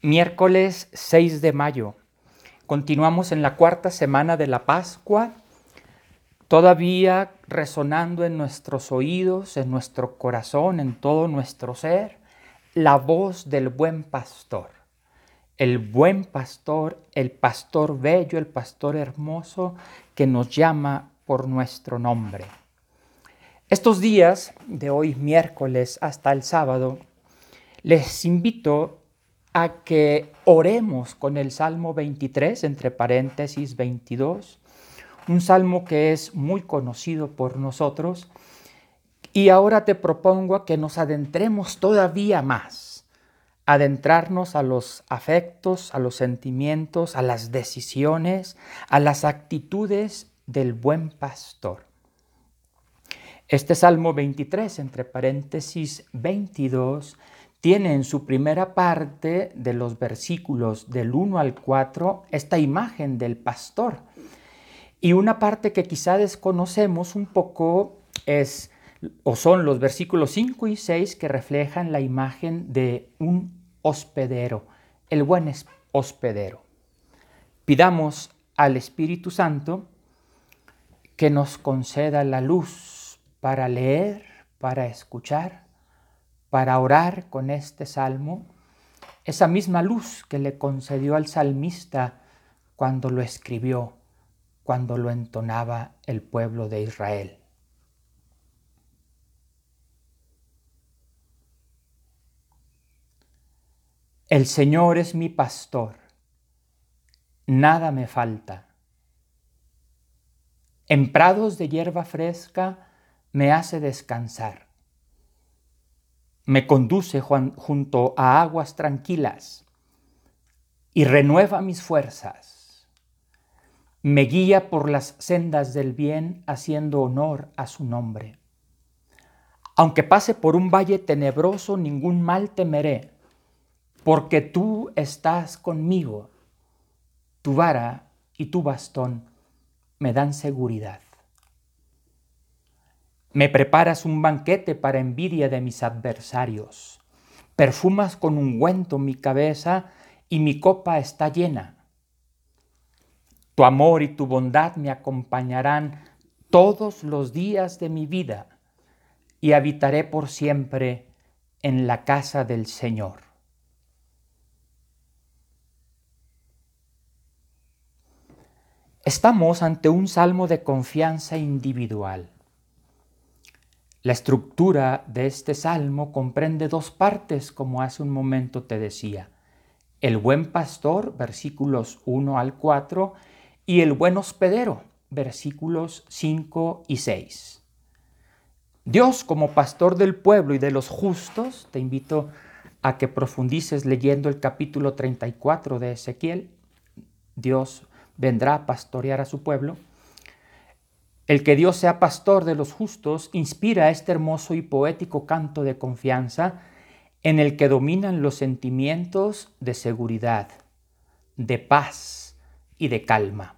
Miércoles 6 de mayo. Continuamos en la cuarta semana de la Pascua, todavía resonando en nuestros oídos, en nuestro corazón, en todo nuestro ser, la voz del buen pastor. El buen pastor, el pastor bello, el pastor hermoso que nos llama por nuestro nombre. Estos días, de hoy miércoles hasta el sábado, les invito a que oremos con el Salmo 23, entre paréntesis 22, un salmo que es muy conocido por nosotros. Y ahora te propongo a que nos adentremos todavía más, adentrarnos a los afectos, a los sentimientos, a las decisiones, a las actitudes del buen pastor. Este Salmo 23, entre paréntesis 22, tiene en su primera parte de los versículos del 1 al 4 esta imagen del pastor. Y una parte que quizá desconocemos un poco son los versículos 5 y 6 que reflejan la imagen de un hospedero, el buen hospedero. Pidamos al Espíritu Santo que nos conceda la luz para leer, para escuchar, para orar con este salmo, esa misma luz que le concedió al salmista cuando lo escribió, cuando lo entonaba el pueblo de Israel. El Señor es mi pastor, nada me falta. En prados de hierba fresca me hace descansar. Me conduce junto a aguas tranquilas y renueva mis fuerzas. Me guía por las sendas del bien, haciendo honor a su nombre. Aunque pase por un valle tenebroso, ningún mal temeré, porque tú estás conmigo. Tu vara y tu bastón me dan seguridad. Me preparas un banquete para envidia de mis adversarios. Perfumas con ungüento mi cabeza y mi copa está llena. Tu amor y tu bondad me acompañarán todos los días de mi vida y habitaré por siempre en la casa del Señor. Estamos ante un salmo de confianza individual. La estructura de este salmo comprende dos partes, como hace un momento te decía. El buen pastor, versículos 1 al 4, y el buen hospedero, versículos 5 y 6. Dios, como pastor del pueblo y de los justos, te invito a que profundices leyendo el capítulo 34 de Ezequiel. Dios vendrá a pastorear a su pueblo. El que Dios sea pastor de los justos inspira este hermoso y poético canto de confianza en el que dominan los sentimientos de seguridad, de paz y de calma.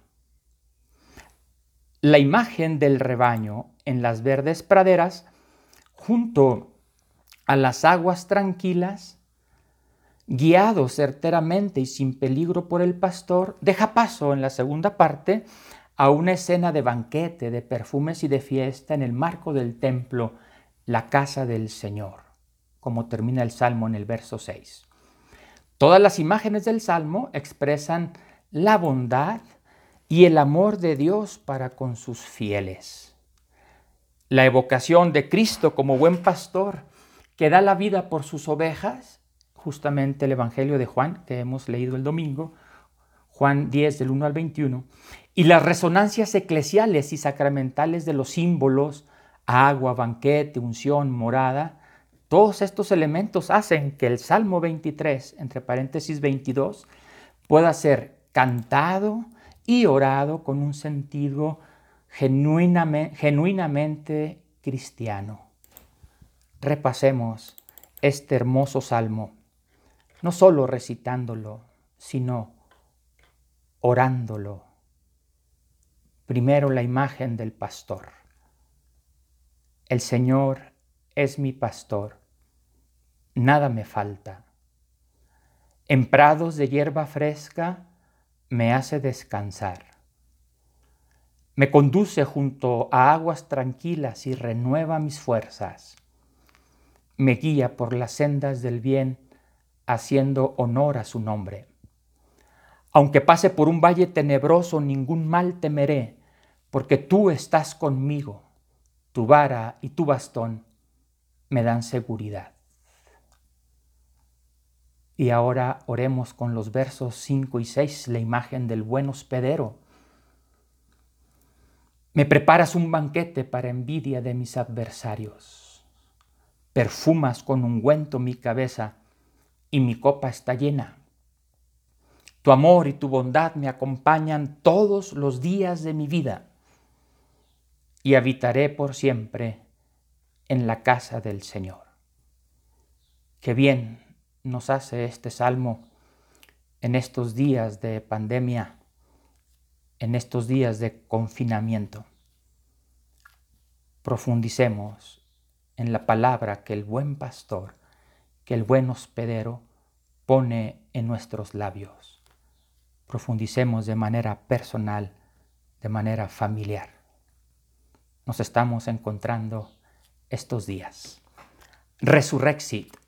La imagen del rebaño en las verdes praderas, junto a las aguas tranquilas, guiado certeramente y sin peligro por el pastor, deja paso en la segunda parte a una escena de banquete, de perfumes y de fiesta en el marco del templo, la casa del Señor, como termina el Salmo en el verso 6. Todas las imágenes del Salmo expresan la bondad y el amor de Dios para con sus fieles. La evocación de Cristo como buen pastor que da la vida por sus ovejas, justamente el Evangelio de Juan que hemos leído el domingo, Juan 10 del 1 al 21, y las resonancias eclesiales y sacramentales de los símbolos, agua, banquete, unción, morada, todos estos elementos hacen que el Salmo 23, entre paréntesis 22, pueda ser cantado y orado con un sentido genuinamente cristiano. Repasemos este hermoso salmo, no solo recitándolo, sino orándolo. Primero la imagen del pastor. El Señor es mi pastor, nada me falta. En prados de hierba fresca me hace descansar. Me conduce junto a aguas tranquilas y renueva mis fuerzas. Me guía por las sendas del bien, haciendo honor a su nombre. Aunque pase por un valle tenebroso, ningún mal temeré, porque tú estás conmigo. Tu vara y tu bastón me dan seguridad. Y ahora oremos con los versos 5 y 6, la imagen del buen hospedero. Me preparas un banquete para envidia de mis adversarios. Perfumas con ungüento mi cabeza y mi copa está llena. Tu amor y tu bondad me acompañan todos los días de mi vida y habitaré por siempre en la casa del Señor. Qué bien nos hace este salmo en estos días de pandemia, en estos días de confinamiento. Profundicemos en la palabra que el buen pastor, que el buen hospedero pone en nuestros labios. Profundicemos de manera personal, de manera familiar. Nos estamos encontrando estos días. Resurrexit.